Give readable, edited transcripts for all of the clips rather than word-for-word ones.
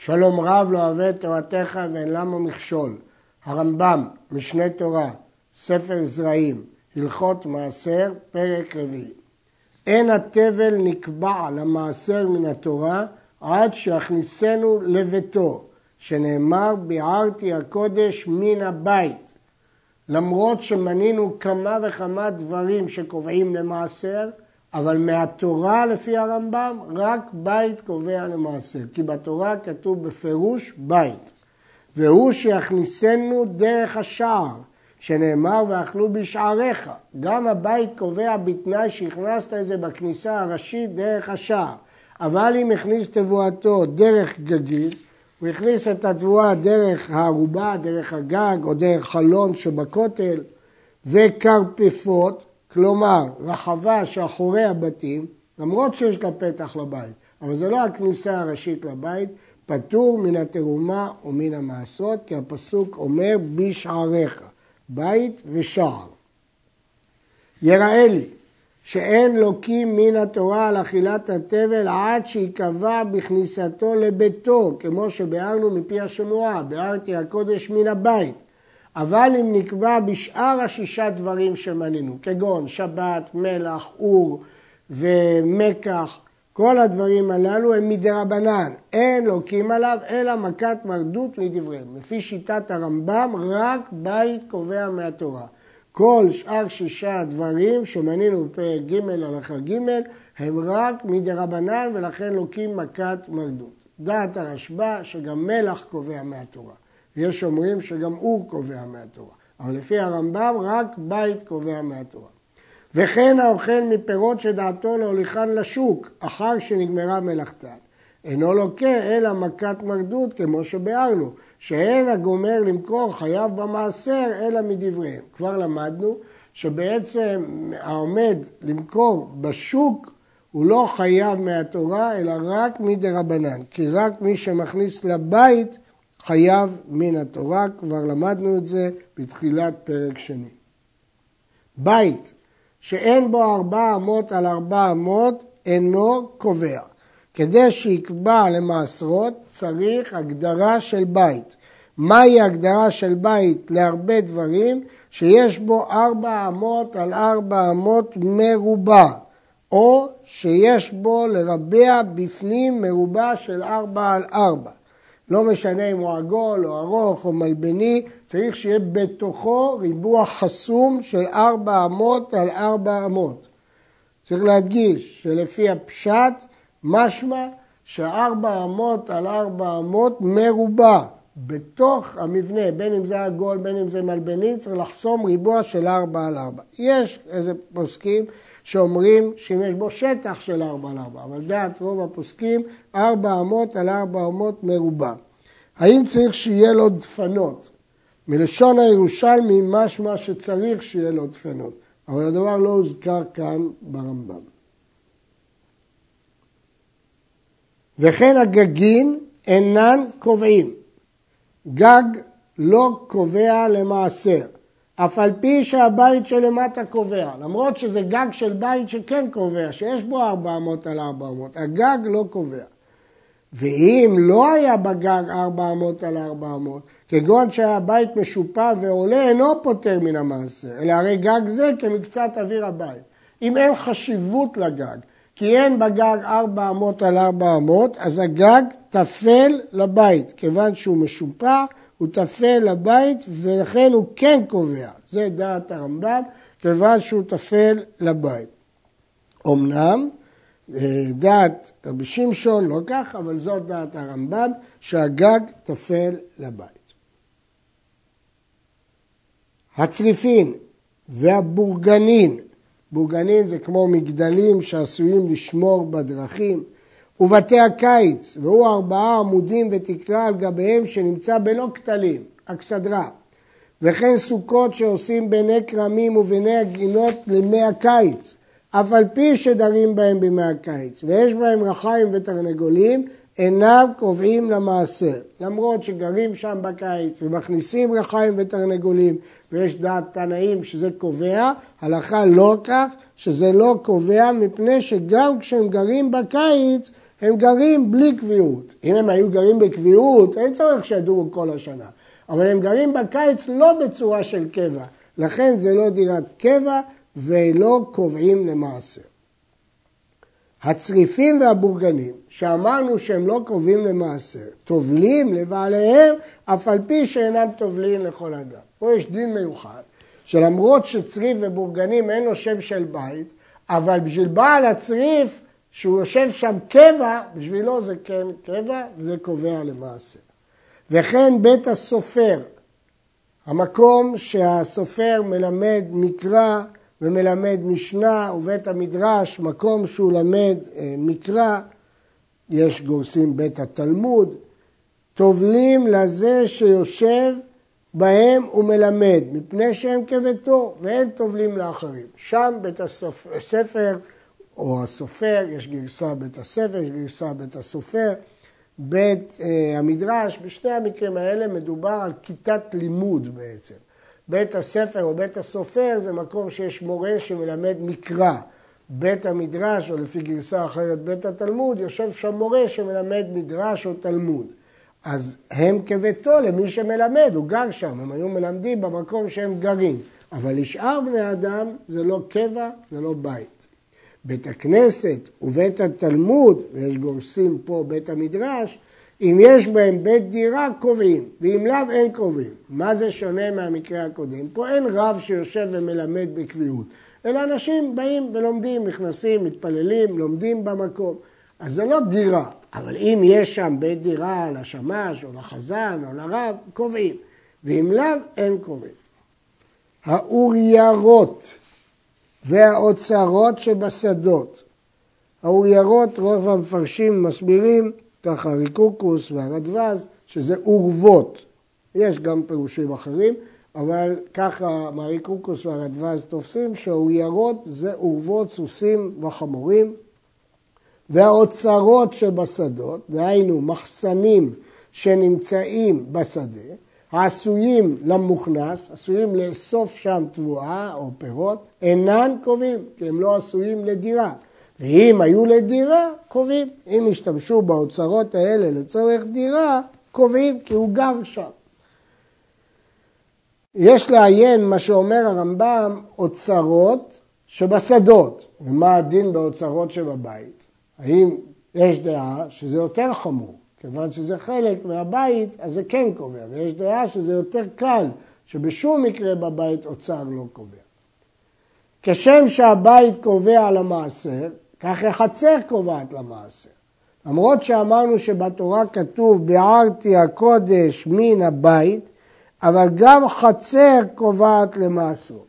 שלום רב לא אוהב את תורתך ואין למה מכשול. הרמב"ם, משנה תורה, ספר זרעים, הלכות מעשר, פרק רביעי. אין התבל נקבע למעשר מן התורה עד שיכניסנו לביתו, שנאמר ביערתי הקודש מן הבית. למרות שמנינו כמה וכמה דברים שקובעים למעשר, אבל מהתורה לפי הרמב"ם רק בית קובע למעשר, כי בתורה כתוב בפירוש בית. והוא שיכניסנו דרך השער, שנאמר ואכלו בשעריך. גם הבית קובע בתנאי שהכנסת את זה בכניסה הראשית דרך השער. אבל אם הכניס תבואתו דרך גגית, הוא הכניס את התבואה דרך הערובה, דרך הגג או דרך חלון שבכותל, וקרפפות, כלומר רחבה שאחורי הבתים, למרות שיש לה פתח לבית, אבל זה לא הכניסה הראשית לבית, פטור מן התרומה ומן המעשרות, כי הפסוק אומר בשעריך, בית ושער. יראה לי שאין לוקים מן התורה על אכילת התבל עד שיקבע בכניסתו לביתו, כמו שביארנו מפי השמועה, ביארתי הקודש מן הבית. אבל אם נקבע בשאר השישה דברים שמנינו, כגון שבת, מלח, אור ומקח, כל הדברים הללו הם מדרבנן, אין לוקים עליו אלא מכת מרדות מדבריהם. לפי שיטת הרמב"ם רק בית קובע מהתורה. כל שאר שישה דברים שמנינו בפרק ג' הלכה ג' הם רק מדרבנן ולכן לוקים מכת מרדות. דעת הרשב"א שגם מלח קובע מהתורה. יש אומרים שגם אור קובע מהתורה. אבל לפי הרמב"ם רק בית קובע מהתורה. וכן האוכל מפירות שדעתו להוליכן לשוק אחר שנגמרה מלאכתן. אינו לוקה אלא מכת מרדות כמו שביארנו, שאין הגומר למכור חייב במעשר אלא מדבריהם. כבר למדנו שבעצם העומד למכור בשוק הוא לא חייב מהתורה אלא רק מדרבנן, כי רק מי שמכניס לבית חייב מן התורה, כבר למדנו את זה בתחילת פרק שני. בית שאין בו 400 על 400 אינו קובע. כדי שיקבע למעשרות צריך הגדרה של בית. מהי הגדרה של בית להרבה דברים? שיש בו 400 על 400 מרובע, או שיש בו לרבע בפנים מרובע של 4 על 4. לא משנה אם הוא עגול או ארוך או מלבני, צריך שיהיה בתוכו ריבוע חסום של 400 על 400. צריך להדגיש שלפי הפשט משמע ש400 על 400 מרובע. בתוך המבנה, בין אם זה עגול, בין אם זה מלבני, צריך לחסום ריבוע של 4 על 4. יש איזה פוסקים שאומרים שאם יש בו שטח של 4 על 4, אבל דעת רוב הפוסקים 400 על 400 מרובע. האם צריך שיהיה לו דפנות? מלשון הירושלמי משמע שצריך שיהיה לו דפנות, אבל הדבר לא הוזכר כאן ברמב"ם. וכן הגגין אינן קובעים. גג לא קובע למעשר, אף על פי שהבית שלמטה קובע, למרות שזה גג של בית שכן קובע, שיש בו 400 על 400, הגג לא קובע. ואם לא היה בגג 400 על 400, כגון שהבית משופע ועולה, אינו פוטר מן המעשר, אלא הרי גג זה כמקצת אוויר הבית. אם אין חשיבות לגג, כי אין בגג 400 על 400, אז הגג תפל לבית. כיוון שהוא משופע, הוא תפל לבית, ולכן הוא כן קובע. זה דעת הרמב"ם, כיוון שהוא תפל לבית. אמנם, דעת רבי שמשון לא כך, אבל זאת דעת הרמב"ם, שהגג תפל לבית. הצריפין והבורגנין, בורגנין זה כמו מגדלים שעשויים לשמור בדרכים, ובתי הקיץ, והוא 4 עמודים ותקרה על גביהם שנמצא בלא כתלים, אכסדרה. וכן סוכות שעושים ביני כרמים וביני הגינות לימי הקיץ, אף על פי שדרים בהם בימי הקיץ, ויש בהם רחיים ותרנגולים, אינם קובעים למעשר. למרות שגרים שם בקיץ ומכניסים רחיים ותרנגולים, ויש דעת תנאים שזה קובע, הלכה לא כך שזה לא קובע, מפני שגם כשהם גרים בקיץ, הם גרים בלי קביעות. אם הם היו גרים בקביעות, אין צורך שידורו כל השנה. אבל הם גרים בקיץ לא בצורה של קבע. לכן זה לא דירת קבע ולא קובעים למעשר. הצריפים והבורגנים, שאמרנו שהם לא קובעים למעשר, טובלים לבעליהם, אף על פי שאינם טובלים לכל אדם. פה יש דין מיוחד, שלמרות שצריף ובורגנים אין לו שם של בית, אבל בשביל בעל הצריף, שהוא יושב שם קבע, בשבילו זה כן קבע, וזה קובע למעשר. וכן בית הסופר, המקום שהסופר מלמד מקרא ומלמד משנה, ובית המדרש, מקום שהוא למד מקרא, יש גורסים בית התלמוד, טובלים לזה שיושב בהם ומלמד, מפני שהם כביתו, ואין טובלים לאחרים. שם בית הספר או הסופר, יש גרסה בית הספר, יש גרסה בית הסופר, בית המדרש, בשני המקרים האלה מדובר על כיתת לימוד בעצם. בית הספר או בית הסופר זה מקום שיש מורה שמלמד מקרא. בית המדרש, או לפי גרסה אחרת בית התלמוד, יושב שם מורה שמלמד מדרש או תלמוד. אז הם כביתו למי שמלמד, הוא גר שם, הם היו מלמדים במקום שהם גרים. אבל לשאר בני אדם זה לא קבע, זה לא בית. בית הכנסת ובית התלמוד, ויש גורסים פה בית המדרש, אם יש בהם בית דירה קובעים, ואם לאו אין קובעים. מה זה שונה מהמקרה הקודם? פה אין רב שיושב ומלמד בקביעות, אלא אנשים באים ולומדים, נכנסים, מתפללים, לומדים במקום. אז זה לא דירה, אבל אם יש שם בית דירה לשמש או לחזן או לרב, קובעים. ואם לאו אין קובעים. האוריירות והאוצרות שבשדות. האוריירות, רוב המפרשים מסבירים, ככה ריקוקוס והרדווז, שזה אורוות. יש גם פירושים אחרים, אבל ככה מהריקוקוס והרדווז תופסים שהאוריירות זה אורוות, סוסים וחמורים. והאוצרות שבשדות, דהיינו מחסנים שנמצאים בשדה, העשויים למוכנס, עשויים לאסוף שם תבואה או פירות, אינן קובעים, כי הם לא עשויים לדירה. ואם היו לדירה, קובעים. אם השתמשו באוצרות האלה לצורך דירה, קובעים, כי הוא גר שם. יש לעיין מה שאומר הרמב"ם, אוצרות שבשדות. ומה הדין באוצרות שבבית? האם יש דעה שזה יותר חמור? כיוון שזה חלק מהבית, אז זה כן קובע. ויש דעה שזה יותר קל, שבשום מקרה בבית אוצר לא קובע. כשם שהבית קובע למעשר, כך החצר קובעת למעשר. למרות שאמרנו שבתורה כתוב, ביערתי הקודש מן הבית, אבל גם חצר קובעת למעשרות.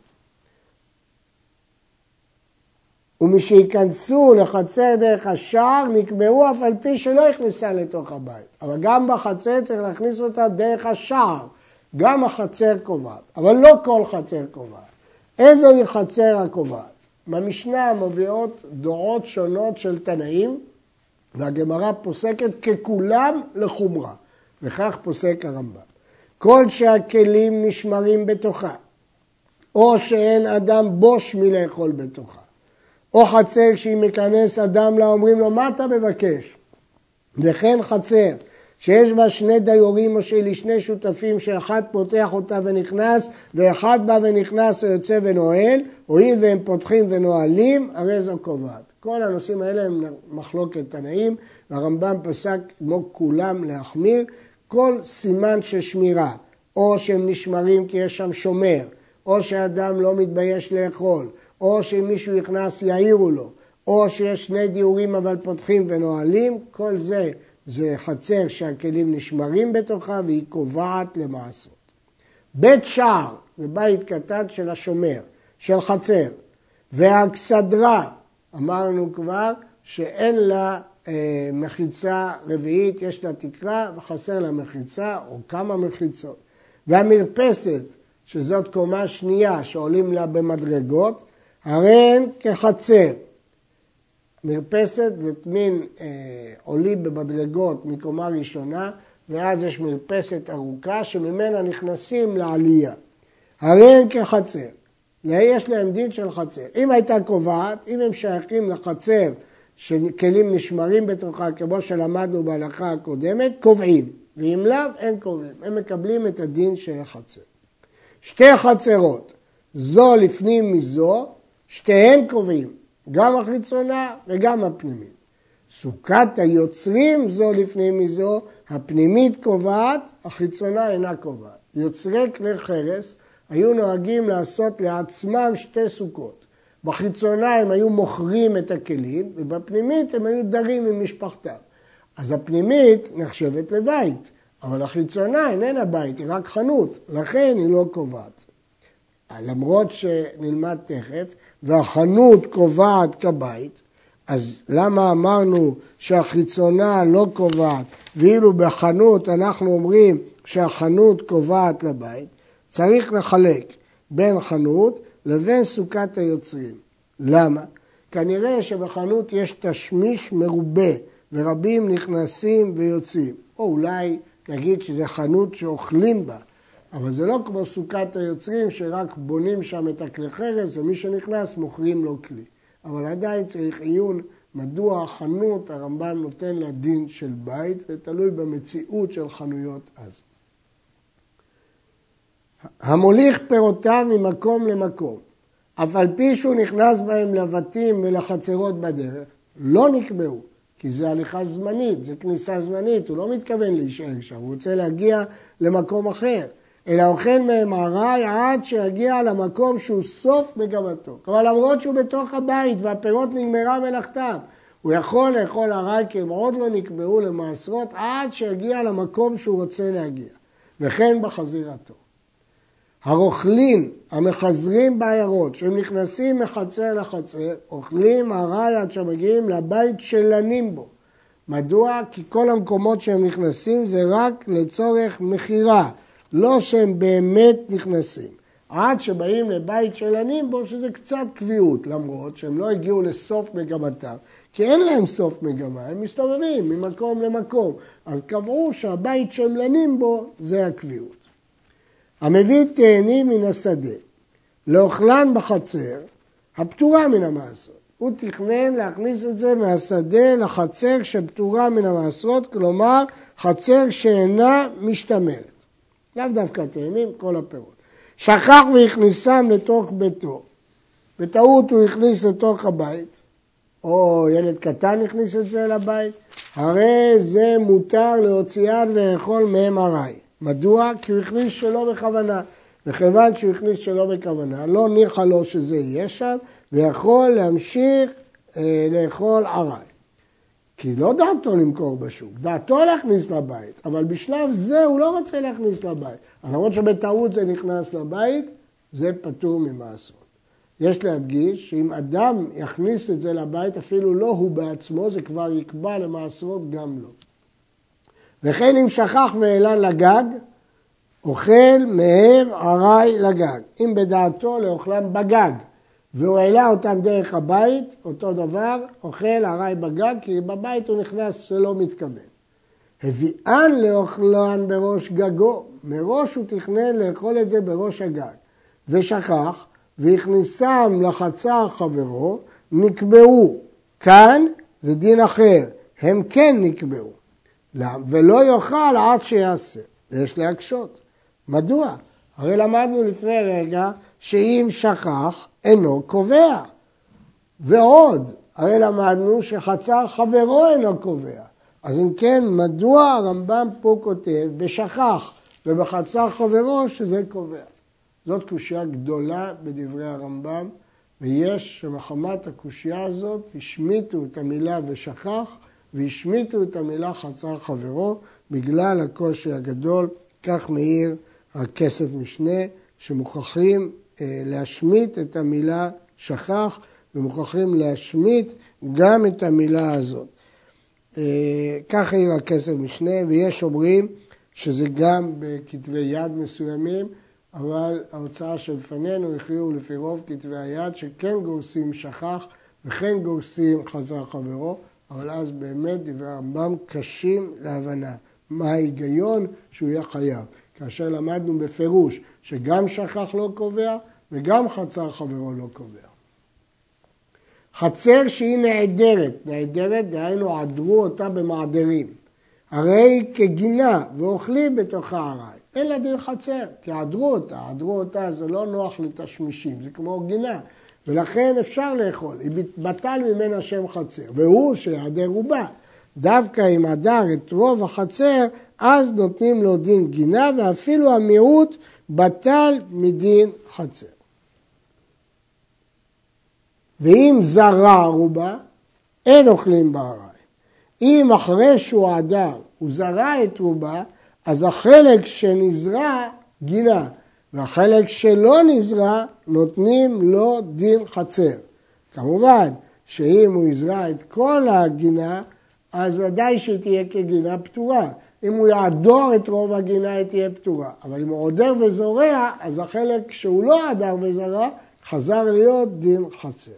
ומשייכנסו לחצר דרך השער, נקבעו אף על פי שלא הכניסה לתוך הבית. אבל גם בחצר צריך להכניס אותה דרך השער. גם החצר קובעת, אבל לא כל חצר קובעת. איזו היא חצר הקובעת? במשנה מביאות דעות שונות של תנאים, והגמרא פוסקת ככולם לחומרה, וכך פוסק הרמב"ם. כל שהכלים נשמרים בתוכה, או שאין אדם בוש מלאכול בתוכה, או חצר כשאם מכנס אדם לה אומרים לו מה אתה מבקש? וכן חצר שיש בה שני דיורים או שלי שני שותפים שאחד פותח אותה ונכנס ואחד בא ונכנס ויוצא ונועל, הואיל והם פותחים ונועלים, הרי זו קובעת. כל הנושאים האלה הם מחלוקת תנאים, והרמב"ם פסק כמו כולם להחמיר. כל סימן של שמירה, או שהם נשמרים כי יש שם שומר, או שאדם לא מתבייש לאכול, או שאם מישהו יכנס יעירו לו, או שיש שני דיורים אבל פותחים ונועלים, כל זה חצר שהכלים נשמרים בתוכה והיא קובעת למעשות. בית שער זה בית קטן של השומר, של חצר, והאכסדרה, אמרנו כבר שאין לה מחיצה רביעית, יש לה תקרה וחסר לה מחיצה או כמה מחיצות. והמרפסת, שזאת קומה שנייה שעולים לה במדרגות, הרי הן כחצר. מרפסת זה מין עולים במדרגות מקומה ראשונה, ואז יש מרפסת ארוכה שממנה נכנסים לעלייה. הרי הן כחצר. יש להם דין של חצר. אם הייתה קובעת, אם הם שייכים לחצר שכלים נשמרים בתוכה, כמו שלמדנו בהלכה הקודמת, קובעים, ואם לאו אין קובעים, הם מקבלים את הדין של החצר. שתי חצרות, זו לפנים מזו, שתיהן קובעים, גם החיצונה וגם הפנימית. סוכת היוצרים זו לפנים מזו, הפנימית קובעת, החיצונה אינה קובעת. יוצרי כלי חרס היו נוהגים לעשות לעצמם שתי סוכות. בחיצונה הם היו מוכרים את הכלים, ובפנימית הם היו דרים עם משפחתם. אז הפנימית נחשבת לבית, אבל החיצונה איננה בית, היא רק חנות, לכן היא לא קובעת. למרות שנלמד תכף, והחנות קובעת כבית, אז למה אמרנו שהחיצונה לא קובעת, ואילו בחנות אנחנו אומרים שהחנות קובעת לבית? צריך לחלק בין חנות לבין סוכת היוצרים. למה? כנראה שבחנות יש תשמיש מרובה, ורבים נכנסים ויוצאים. או אולי נגיד שזה חנות שאוכלים בה, אבל זה לא כמו סוכת היוצרים שרק בונים שם את הכלי חרס, ומי שנכנס מוכרים לו כלי. אבל עדיין צריך עיון מדוע החנות הרמב"ם נותן לה דין של בית, ותלוי במציאות של חנויות אז. המוליך פירותיו ממקום למקום, אף על פי שהוא נכנס בהם לבתים ולחצרות בדרך, לא נקבעו, כי זה הליכה זמנית, זה כניסה זמנית, הוא לא מתכוון להישאר שם, הוא רוצה להגיע למקום אחר, אלא אוכל מהם ארעי עד שיגיע למקום שהוא סוף מגמתו. כלומר, למרות שהוא בתוך הבית והפירות נגמרה מלאכתם, הוא יכול לאכול ארעי כי הם עוד לא נקבעו למעשרות עד שיגיע למקום שהוא רוצה להגיע, וכן בחזירתו. הרוכלים המחזרים בעיירות, שהם נכנסים מחצר לחצר, אוכלים ארעי עד שמגיעים לבית שלנים בו. מדוע? כי כל המקומות שהם נכנסים זה רק לצורך מחירה, לא שהם באמת נכנסים. עד שבאים לבית שלנים בו, שזה קצת קביעות, למרות שהם לא הגיעו לסוף מגמתם, כי אין להם סוף מגמה, הם מסתובבים ממקום למקום, אז קבעו שהבית שהם לנים בו זה הקביעות. המביא תאנים מן השדה, לאוכלן בחצר, הפטורה מן המעשרות. הוא תכנן להכניס את זה מהשדה לחצר שפטורה מן המעשרות, כלומר חצר שאינה משתמרת. לאו דווקא תאנים, כל הפירות. שכח והכניסם לתוך ביתו. בטעות הוא הכניס לתוך הבית, או ילד קטן הכניס את זה לבית, הרי זה מותר להוציאן ולאכול מהם ארעי. מדוע? כי הוא הכניס שלא בכוונה. וכיוון שהוא הכניס שלא בכוונה, לא ניחא לו שזה יהיה שם, ויכול להמשיך לאכול ארעי. כי לא דעתו למכור בשוק, דעתו להכניס לבית, אבל בשלב זה הוא לא רוצה להכניס לבית. למרות שבטעות זה נכנס לבית, זה פטור ממעשרות. יש להדגיש שאם אדם יכניס את זה לבית, אפילו לא הוא בעצמו, זה כבר יקבע למעשרות גם לא. וכן אם שכח ואילן לגג, אוכל מהם ארעי לגג. אם בדעתו לאוכלם בגג, והוא העלה אותם דרך הבית, אותו דבר, אוכל ארעי בגג, כי בבית הוא נכנס שלא מתכוון. הביאן לאוכלן בראש גגו, מראש הוא תכנן לאכול את זה בראש הגג, ושכח, והכניסם לחצר חברו, נקבעו. כאן זה דין אחר, הם כן נקבעו. ולא יאכל עד שיעשה. ויש להקשות. מדוע? הרי למדנו לפני רגע שאם שכח אינו קובע. ועוד, הרי למדנו שחצר חברו אינו קובע. אז אם כן, מדוע הרמב"ם פה כותב בשכח ובחצר חברו שזה קובע? זאת קושיה גדולה בדברי הרמב"ם, ויש שמחמת הקושיה הזאת השמיטו את המילה ושכח, והשמיטו את המילה חצר חברו, בגלל הקושי הגדול, כך מאיר הכסף משנה, שמוכרחים להשמיט את המילה שכח, ומוכרחים להשמיט גם את המילה הזאת. כך העיר הכסף משנה, ויש אומרים שזה גם בכתבי יד מסוימים, אבל ההוצאה שלפנינו הכריעו לפי רוב כתבי היד שכן גורסים שכח וכן גורסים חצר חברו, אבל אז באמת דברי הרמב"ם קשים להבנה. מה ההיגיון שהוא יהיה חייב? כאשר למדנו בפירוש שגם שכח לא קובע וגם חצר חברו לא קובע. חצר שהיא נעדרת, נעדרת דהיינו עדרו אותה במעדרים, הרי כגינה ואוכלים בתוכה ארעי, אין לה דין חצר, כי עדרו אותה זה לא נוח לתשמישים, זה כמו גינה, ולכן אפשר לאכול, היא בטל ממנה שם חצר, והוא שיעדר רובה, דווקא אם עדר את רוב החצר, אז נותנים לו דין גינה, ואפילו המיעוט בטל מדין חצר. ואם זרה רובה, אין אוכלים בארעי. אם אחרי שהוא עדר הוא זרה את רובה, אז החלק שנזרע גינה, והחלק שלא נזרע נותנים לו דין חצר. כמובן שאם הוא יזרע את כל הגינה, אז ודאי שהיא תהיה כגינה פטורה. אם הוא יעדור את רוב הגינה, היא תהיה פטורה. אבל אם הוא עודר וזורע, אז החלק שהוא לא עדר וזרע, חזר להיות דין חצר.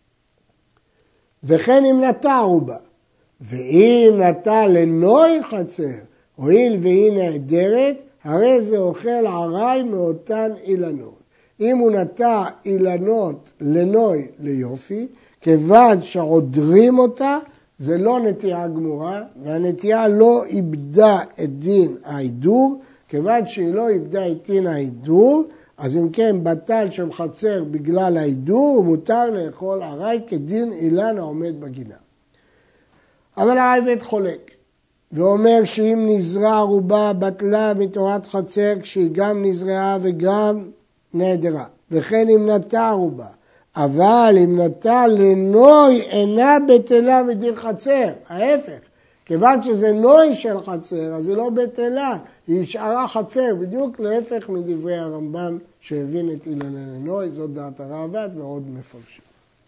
וכן אם נטע רובה, ואם נטע לנוי חצר, הואיל והיא נעדרת, הרי זה אוכל ערי מאותן אילנות. אם הוא נטע אילנות לנוי ליופי, כיוון שעודרים אותה, זה לא נטיעה גמורה, והנטיעה לא איבדה את דין ההידור, כיוון שהיא לא איבדה את דין ההידור, אז אם כן בטל שם חצר בגלל ההידור, ומותר לאכול ערי כדין אילן העומד בגינה. אבל הרייבד חולק, ואומר שאם נזרע רובה בטלה מתורת חצר, כשהיא גם נזרעה וגם נעדרה, וכן אם נטע רובה. אבל אם נטע לנוי אינה בטלה מדין חצר, ההפך, כיוון שזה נוי של חצר, אז היא לא בטלה, היא נשארה חצר, בדיוק להפך מדברי הרמב"ם שהבין את אילנה לנוי, זאת דעת הרעב"ד ועוד מפרשים.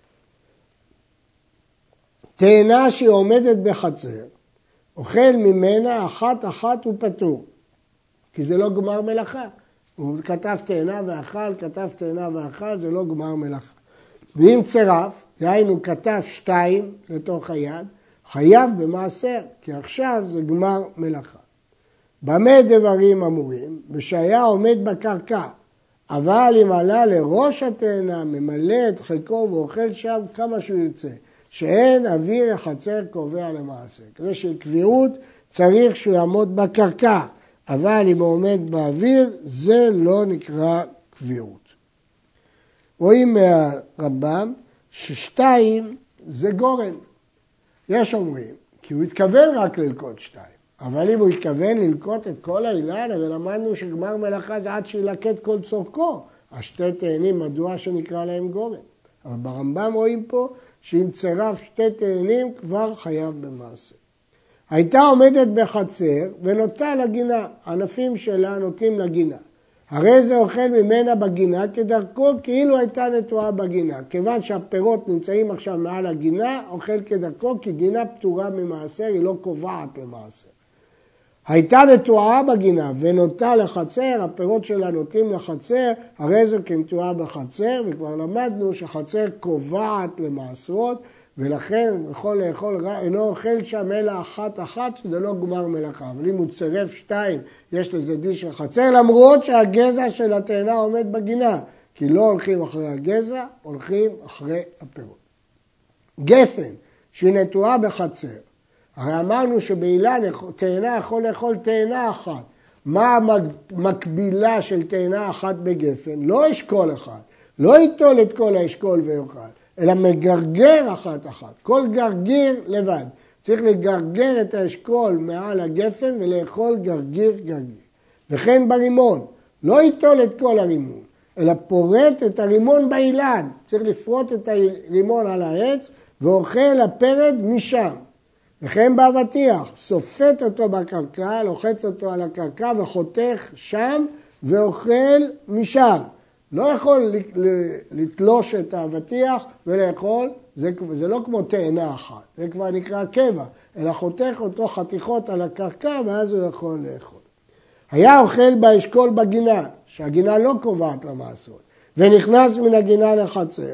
תאנה שהיא עומדת בחצר, אוכל ממנה אחת ופטור, כי זה לא גמר מלאכה. הוא כתב תאנה ואכל, כתב תאנה ואכל, זה לא גמר מלאכה. ואם צירף, דהיינו כתב 2 לתוך היד, חייב במעשר, כי עכשיו זה גמר מלאכה. במה דברים אמורים? בשהיה עומד בקרקע, אבל אם עלה לראש התאנה, ממלא את חלקו ואוכל שם כמה שהוא ירצה, שאין אוויר החצר קובע למעשר. כדי שקביעות צריך שהוא יעמוד בקרקע, אבל אם הוא עומד באוויר, זה לא נקרא קביעות. רואים מהרמב"ם ש2 זה גורן. יש אומרים, כי הוא התכוון רק ללקוט 2, אבל אם הוא התכוון ללקוט את כל האילן, אז למדנו שגמר מלאכה זה עד שילקט כל צורכו. השתי תאנים, מדוע שנקרא להם גורן. אבל ברמב"ם רואים פה שאם צירף 2 תאנים כבר חייב במעשר. הייתה עומדת בחצר ונוטה לגינה, ענפים שלה נוטים לגינה. הרי זה אוכל ממנה בגינה כדרכו כאילו הייתה נטועה בגינה. כיוון שהפירות נמצאים עכשיו מעל הגינה, אוכל כדרכו כי גינה פטורה ממעשר, היא לא קובעת למעשר. הייתה נטועה בגינה ונוטה לחצר, הפירות שלה נוטים לחצר, הרי זה כנטועה בחצר, וכבר למדנו שחצר קובעת למעשרות, ולכן יכול לאכול, אינו אוכל שם אלא אחת, שזה לא גמר מלאכה. אבל אם הוא צירף 2, יש לזה דין של חצר, למרות שהגזע של התאנה עומד בגינה. כי לא הולכים אחרי הגזע, הולכים אחרי הפירות. גפן, שהיא נטועה בחצר. הרי אמרנו שבאילן תאנה יכול לאכול תאנה אחת. מה המקבילה של תאנה אחת בגפן? לא אשכול אחד. לא ייטול את כל האשכול ויאכל. אלא מגרגר אחת. כל גרגיר לבד. צריך לגרגר את האשכול מעל הגפן ולאכול גרגיר. וכן ברימון, לא ייטול את כל הרימון, אלא פורט את הרימון באילן. צריך לפרוט את הרימון על העץ ואוכל הפרד משם. וכן באבטיח, סופט אותו בקרקע, לוחץ אותו על הקרקע וחותך שם ואוכל משם. לא יכול לתלוש את האבטיח ולאכול, זה לא כמו תאנה אחת, זה כבר נקרא קבע, אלא חותך אותו חתיכות על הקרקע ואז הוא יכול לאכול. היה אוכל באשכול בגינה, שהגינה לא קובעת למעשות, ונכנס מן הגינה לחצר.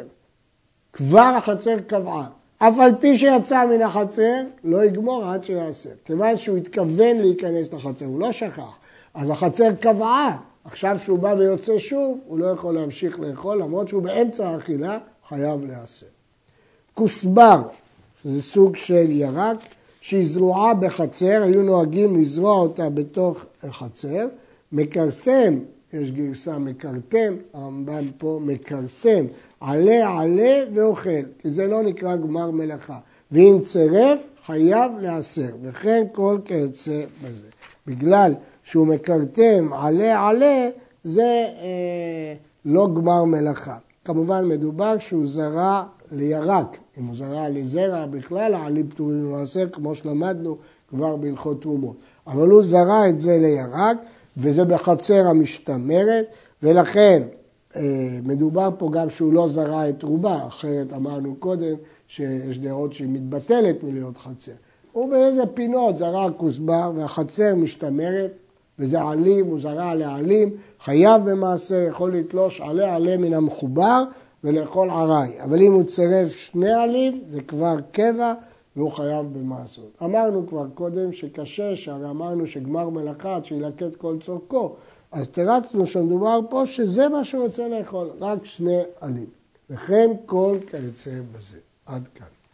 כבר החצר קבעה, אף על פי שיצא מן החצר, לא יגמור עד שיעשר. כיוון שהוא התכוון להיכנס לחצר, הוא לא שכח, אז החצר קבעה. עכשיו שהוא בא ויוצא שוב, הוא לא יכול להמשיך לאכול, למרות שהוא באמצע האכילה חייב להעשר. כוסבר, שזה סוג של ירק, שהיא זרועה בחצר, היו נוהגים לזרוע אותה בתוך החצר. מקרסם, יש גרסה מקרתם, הרמב"ם פה מקרסם, עלה ואוכל, כי זה לא נקרא גמר מלאכה. ואם צירף, חייב להסר, וכן כל כיוצא בזה. בגלל שהוא מקרתם, עלה, זה לא גמר מלאכה. כמובן מדובר שהוא זרע לירק, אם הוא זרע לזרע בכלל, העלים פטורים ממעשר, כמו שלמדנו כבר בהלכות תרומות. אבל הוא זרע את זה לירק, וזה בחצר המשתמרת, ולכן מדובר פה גם שהוא לא זרע את רובה, אחרת אמרנו קודם שיש דעות שהיא מתבטלת מלהיות חצר. הוא באיזה פינות זרע כוסבר והחצר משתמרת, וזה עלים, הוא זרע לעלים, חייב במעשר, יכול לתלוש עלה מן המחובר ולאכול עראי. אבל אם הוא צירף שני עלים, זה כבר קבע והוא חייב במעשר. אמרנו כבר קודם שקשה, שהרי אמרנו שגמר מלאכה, שילקט כל צורכו, אז תרצנו שמדובר פה שזה מה שהוא רוצה לאכול, רק שני עלים. וכן כל כיוצא בזה. עד כאן.